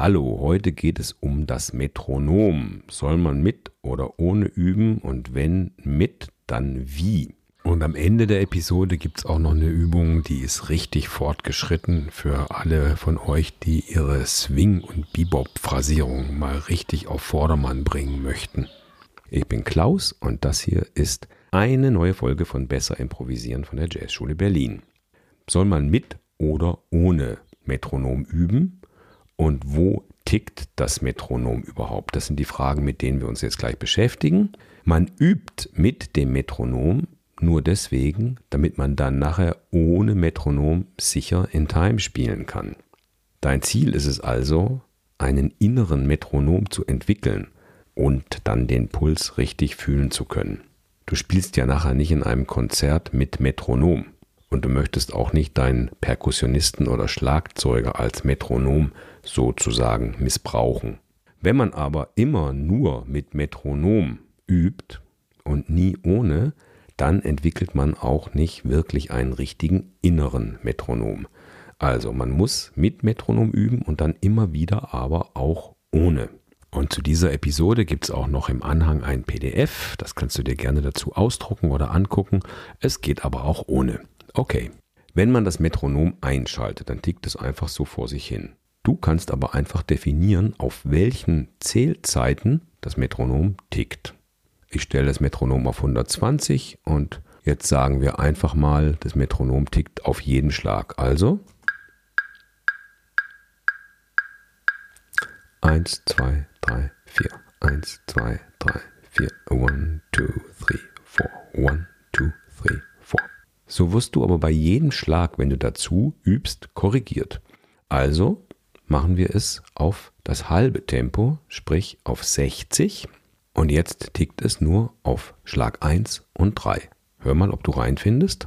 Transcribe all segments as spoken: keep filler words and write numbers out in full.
Hallo, heute geht es um das Metronom. Soll man mit oder ohne üben und wenn mit, dann wie? Und am Ende der Episode gibt es auch noch eine Übung, die ist richtig fortgeschritten für alle von euch, die ihre Swing- und Bebop-Phrasierung mal richtig auf Vordermann bringen möchten. Ich bin Klaus und das hier ist eine neue Folge von Besser Improvisieren von der Jazzschule Berlin. Soll man mit oder ohne Metronom üben? Und wo tickt das Metronom überhaupt? Das sind die Fragen, mit denen wir uns jetzt gleich beschäftigen. Man übt mit dem Metronom nur deswegen, damit man dann nachher ohne Metronom sicher in Time spielen kann. Dein Ziel ist es also, einen inneren Metronom zu entwickeln und dann den Puls richtig fühlen zu können. Du spielst ja nachher nicht in einem Konzert mit Metronom und du möchtest auch nicht deinen Perkussionisten oder Schlagzeuger als Metronom sozusagen missbrauchen. Wenn man aber immer nur mit Metronom übt und nie ohne, dann entwickelt man auch nicht wirklich einen richtigen inneren Metronom. Also man muss mit Metronom üben und dann immer wieder aber auch ohne. Und zu dieser Episode gibt es auch noch im Anhang ein P D F, das kannst du dir gerne dazu ausdrucken oder angucken. Es geht aber auch ohne. Okay, wenn man das Metronom einschaltet, dann tickt es einfach so vor sich hin. Du kannst aber einfach definieren, auf welchen Zählzeiten das Metronom tickt. Ich stelle das Metronom auf hundertzwanzig und jetzt sagen wir einfach mal, das Metronom tickt auf jeden Schlag. Also eins, zwei, drei, vier. eins, zwei, drei, vier. eins, zwei, drei, vier. eins, zwei, drei, vier. So wirst du aber bei jedem Schlag, wenn du dazu übst, korrigiert. Also machen wir es auf das halbe Tempo, sprich auf sechzig. Und jetzt tickt es nur auf Schlag eins und drei. Hör mal, ob du reinfindest.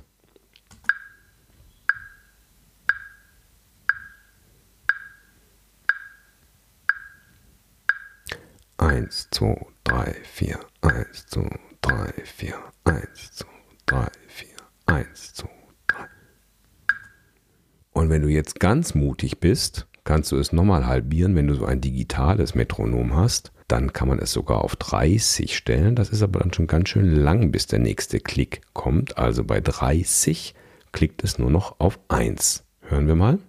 eins, zwei, drei, vier. eins, zwei, drei, vier. eins, zwei, drei, vier. eins, zwei, drei. Und wenn du jetzt ganz mutig bist, kannst du es nochmal halbieren, wenn du so ein digitales Metronom hast. Dann kann man es sogar auf dreißig stellen. Das ist aber dann schon ganz schön lang, bis der nächste Klick kommt. Also bei dreißig klickt es nur noch auf eins. Hören wir mal.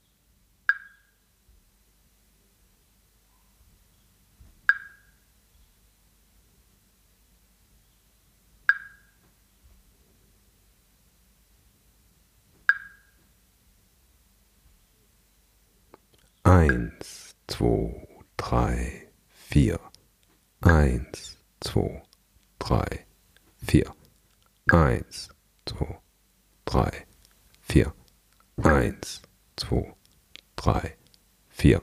Eins, zwei, drei, vier. Eins, zwei, drei, vier. Eins, zwei, drei, vier. Eins, zwei, drei, vier.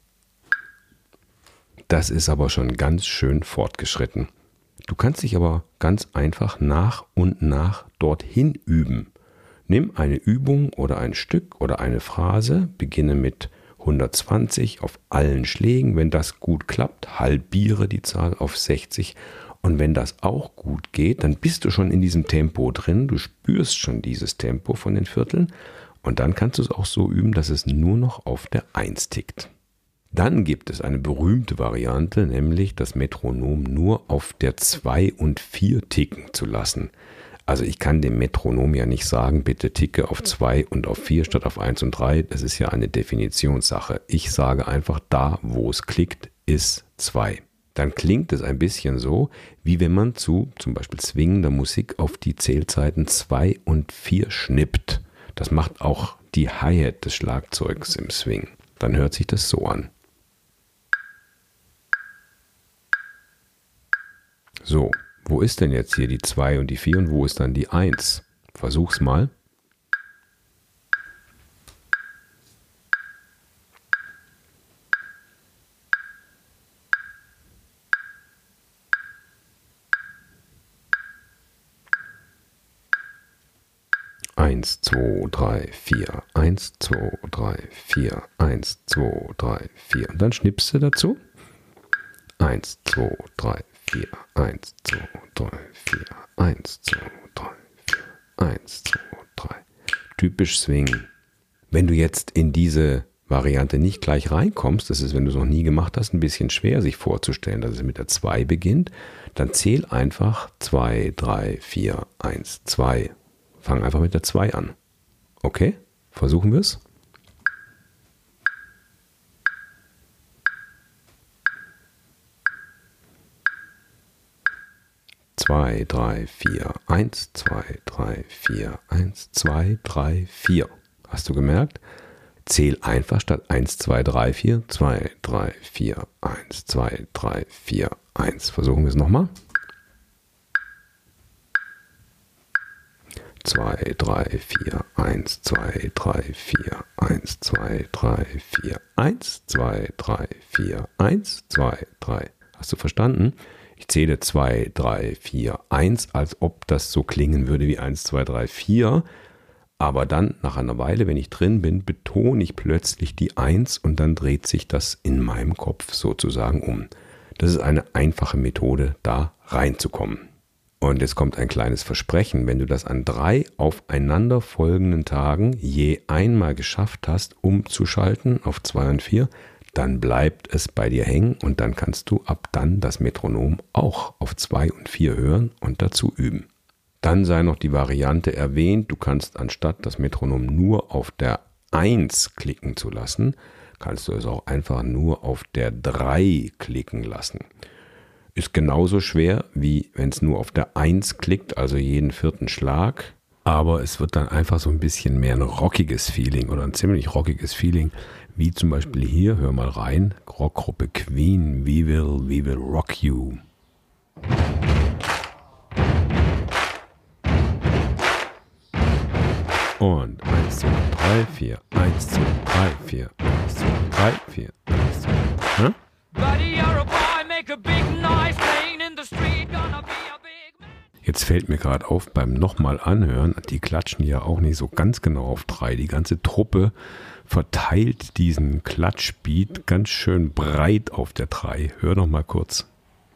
Das ist aber schon ganz schön fortgeschritten. Du kannst dich aber ganz einfach nach und nach dorthin üben. Nimm eine Übung oder ein Stück oder eine Phrase, beginne mit hundertzwanzig auf allen Schlägen. Wenn das gut klappt, halbiere die Zahl auf sechzig. Und wenn das auch gut geht, dann bist du schon in diesem Tempo drin. Du spürst schon dieses Tempo von den Vierteln. Und dann kannst du es auch so üben, dass es nur noch auf der eins tickt. Dann gibt es eine berühmte Variante, nämlich das Metronom nur auf der zwei und vier ticken zu lassen. Also ich kann dem Metronom ja nicht sagen, bitte ticke auf zwei und auf vier statt auf eins und drei. Das ist ja eine Definitionssache. Ich sage einfach, da wo es klickt, ist zwei. Dann klingt es ein bisschen so, wie wenn man zu zum Beispiel swingender Musik auf die Zählzeiten zwei und vier schnippt. Das macht auch die Hi-Hat des Schlagzeugs im Swing. Dann hört sich das so an. So. Wo ist denn jetzt hier die zwei und die vier und wo ist dann die eins? Versuch's mal. Eins, zwei, drei, vier. Eins, zwei, drei, vier. Eins, zwei, drei, vier. Und dann schnippst du dazu. Eins, zwei, drei, vier. Eins, zwei, drei, vier. Eins, zwei, drei, vier. Eins, zwei, drei. Typisch Swing. Wenn du jetzt in diese Variante nicht gleich reinkommst, das ist, wenn du es noch nie gemacht hast, ein bisschen schwer sich vorzustellen, dass es mit der zwei beginnt, dann zähl einfach zwei, drei, vier, eins, zwei. Fang einfach mit der zwei an. Okay? Versuchen wir es? zwei, drei, vier, eins, zwei, drei, vier, eins, zwei, drei, vier. Hast du gemerkt? Zähl einfach statt eins, zwei, drei, vier, zwei, drei, vier, eins, zwei, drei, vier, eins. Versuchen wir es nochmal. zwei, drei, vier, eins, zwei, drei, vier, eins, zwei, drei, vier, eins, zwei, drei, vier, eins, zwei, drei. Hast du verstanden? Ich zähle zwei, drei, vier, eins, als ob das so klingen würde wie eins, zwei, drei, vier. Aber dann, nach einer Weile, wenn ich drin bin, betone ich plötzlich die eins und dann dreht sich das in meinem Kopf sozusagen um. Das ist eine einfache Methode, da reinzukommen. Und jetzt kommt ein kleines Versprechen. Wenn du das an drei aufeinanderfolgenden Tagen je einmal geschafft hast, umzuschalten auf zwei und vier, dann bleibt es bei dir hängen und dann kannst du ab dann das Metronom auch auf zwei und vier hören und dazu üben. Dann sei noch die Variante erwähnt, du kannst anstatt das Metronom nur auf der eins klicken zu lassen, kannst du es auch einfach nur auf der drei klicken lassen. Ist genauso schwer, wie wenn es nur auf der eins klickt, also jeden vierten Schlag. Aber es wird dann einfach so ein bisschen mehr ein rockiges Feeling oder ein ziemlich rockiges Feeling, wie zum Beispiel hier, hör mal rein, Rockgruppe Queen, We Will, We Will Rock You. Und eins, zwei, drei, vier, eins, zwei, drei, vier, eins, zwei, drei, vier, eins, zwei, drei, vier. Jetzt fällt mir gerade auf, beim nochmal anhören, die klatschen ja auch nicht so ganz genau auf drei. Die ganze Truppe verteilt diesen Klatschbeat ganz schön breit auf der drei. Hör noch mal kurz.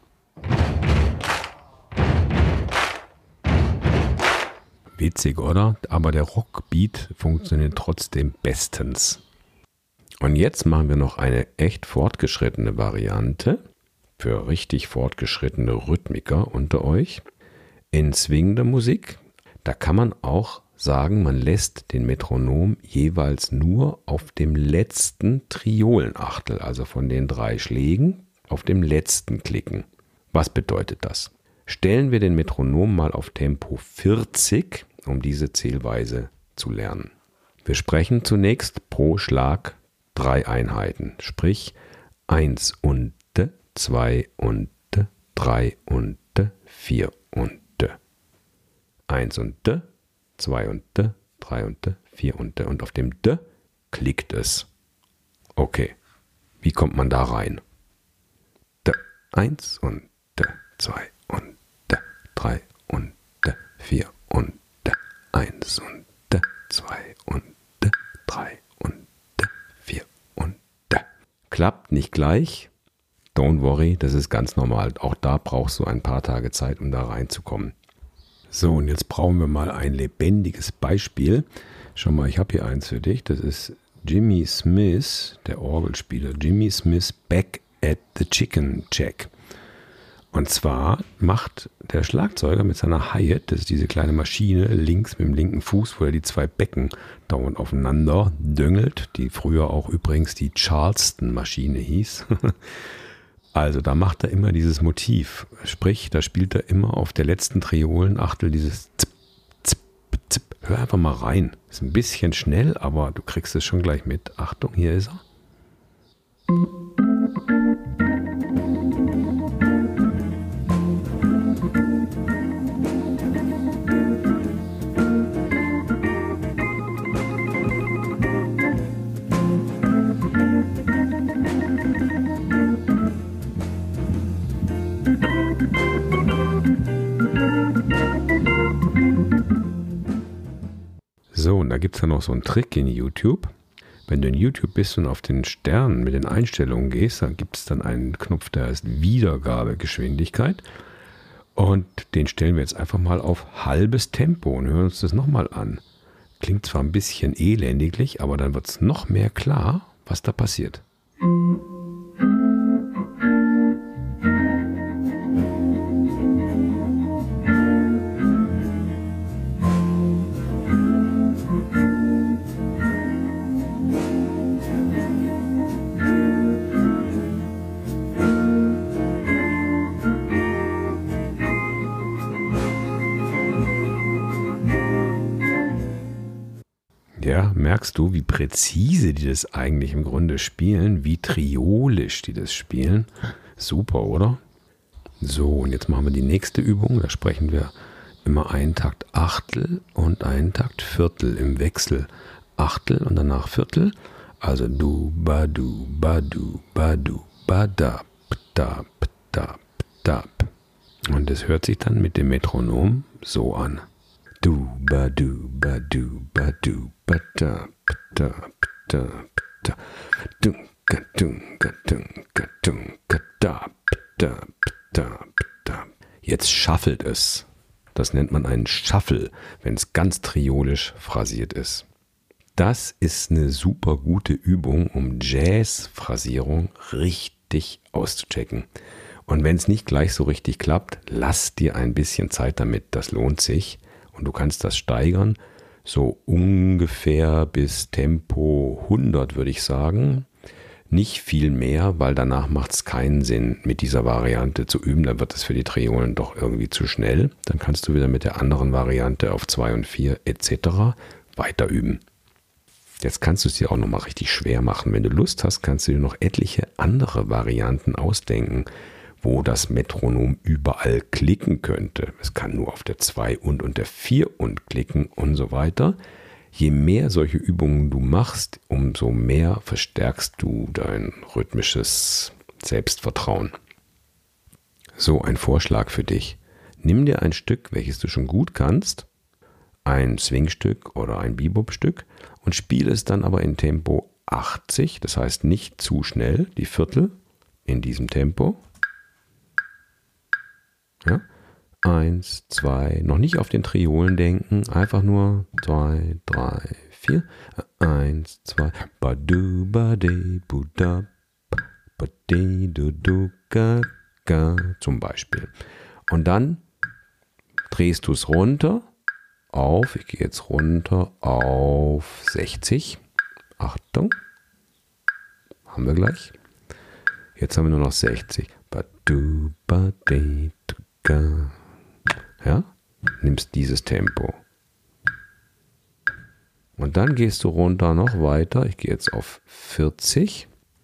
Witzig, oder? Aber der Rockbeat funktioniert trotzdem bestens. Und jetzt machen wir noch eine echt fortgeschrittene Variante für richtig fortgeschrittene Rhythmiker unter euch. In swingender Musik, da kann man auch sagen, man lässt den Metronom jeweils nur auf dem letzten Triolenachtel, also von den drei Schlägen, auf dem letzten klicken. Was bedeutet das? Stellen wir den Metronom mal auf Tempo vierzig, um diese Zählweise zu lernen. Wir sprechen zunächst pro Schlag drei Einheiten, sprich eins und zwei und drei und vier und eins und zwei und drei und vier und und auf dem D klickt es. Okay, wie kommt man da rein? D eins und D zwei und D drei und D vier und D eins und D zwei und D drei und D vier und D. Klappt nicht gleich. Don't worry, das ist ganz normal. Auch da brauchst du ein paar Tage Zeit, um da reinzukommen. So, und jetzt brauchen wir mal ein lebendiges Beispiel. Schau mal, ich habe hier eins für dich. Das ist Jimmy Smith, der Orgelspieler. Jimmy Smith Back at the Chicken Shack. Und zwar macht der Schlagzeuger mit seiner Hi-Hat, das ist diese kleine Maschine, links mit dem linken Fuß, wo er die zwei Becken dauernd aufeinander döngelt, die früher auch übrigens die Charleston-Maschine hieß. Also da macht er immer dieses Motiv, sprich, da spielt er immer auf der letzten Triolenachtel dieses Zip, Zip, Zip. Hör einfach mal rein. Ist ein bisschen schnell, aber du kriegst es schon gleich mit. Achtung, hier ist er. So, und da gibt es ja noch so einen Trick in YouTube. Wenn du in YouTube bist und auf den Stern mit den Einstellungen gehst, dann gibt es dann einen Knopf, der heißt Wiedergabegeschwindigkeit. Und den stellen wir jetzt einfach mal auf halbes Tempo und hören uns das nochmal an. Klingt zwar ein bisschen elendiglich, aber dann wird es noch mehr klar, was da passiert. Ja, merkst du, wie präzise die das eigentlich im Grunde spielen, wie triolisch die das spielen? Super, oder? So, und jetzt machen wir die nächste Übung. Da sprechen wir immer einen Takt Achtel und einen Takt Viertel im Wechsel. Achtel und danach Viertel. Also du, ba, du, ba, du, ba, du, ba, da, da, da, da. Und das hört sich dann mit dem Metronom so an. Du, ba, du, ba, du, ba, du, ba, da, da, da, da, dunka, dunka, dunka, dunka, da, da, da, da. Jetzt shuffelt es. Das nennt man einen Shuffle, wenn es ganz triolisch phrasiert ist. Das ist eine super gute Übung, um Jazz-Phrasierung richtig auszuchecken. Und wenn es nicht gleich so richtig klappt, lass dir ein bisschen Zeit damit, das lohnt sich. Und du kannst das steigern, so ungefähr bis Tempo hundert, würde ich sagen. Nicht viel mehr, weil danach macht es keinen Sinn, mit dieser Variante zu üben. Dann wird es für die Triolen doch irgendwie zu schnell. Dann kannst du wieder mit der anderen Variante auf zwei und vier et cetera weiter üben. Jetzt kannst du es dir auch nochmal richtig schwer machen. Wenn du Lust hast, kannst du dir noch etliche andere Varianten ausdenken, wo das Metronom überall klicken könnte. Es kann nur auf der zwei und und der vier und klicken und so weiter. Je mehr solche Übungen du machst, umso mehr verstärkst du dein rhythmisches Selbstvertrauen. So ein Vorschlag für dich. Nimm dir ein Stück, welches du schon gut kannst, ein Swingstück oder ein Bebop-Stück und spiele es dann aber in Tempo achtzig, das heißt nicht zu schnell, die Viertel in diesem Tempo. Ja? Eins, zwei, noch nicht auf den Triolen denken, einfach nur zwei, drei, vier, eins, zwei, badu, bade, buda, bade, du, du, ga, ga, zum Beispiel. Und dann drehst du es runter auf, ich gehe jetzt runter auf sechzig. Achtung, haben wir gleich. Jetzt haben wir nur noch sechzig. Badu, bade, du, ga. Ja, nimmst dieses Tempo. Und dann gehst du runter noch weiter. Ich gehe jetzt auf vierzig.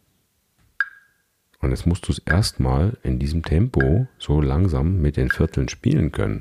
Und jetzt musst du es erstmal in diesem Tempo so langsam mit den Vierteln spielen können.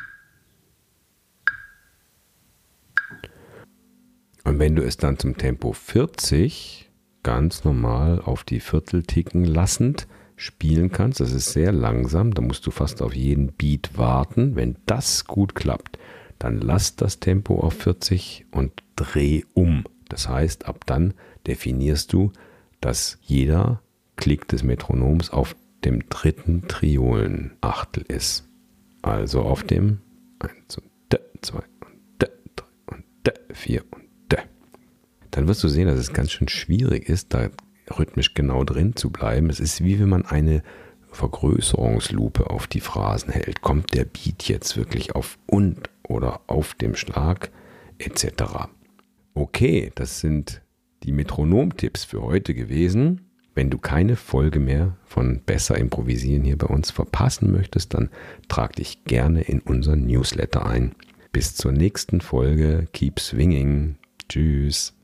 Und wenn du es dann zum Tempo vierzig ganz normal auf die Viertel ticken lassend spielen kannst, das ist sehr langsam, da musst du fast auf jeden Beat warten. Wenn das gut klappt, dann lass das Tempo auf vierzig und dreh um. Das heißt, ab dann definierst du, dass jeder Klick des Metronoms auf dem dritten Triolenachtel ist. Also auf dem eins und D, zwei und D, drei und D, vier und D. Dann wirst du sehen, dass es ganz schön schwierig ist, da rhythmisch genau drin zu bleiben. Es ist wie wenn man eine Vergrößerungslupe auf die Phrasen hält. Kommt der Beat jetzt wirklich auf und oder auf dem Schlag et cetera. Okay, das sind die Metronom-Tipps für heute gewesen. Wenn du keine Folge mehr von Besser Improvisieren hier bei uns verpassen möchtest, dann trag dich gerne in unseren Newsletter ein. Bis zur nächsten Folge. Keep swinging. Tschüss.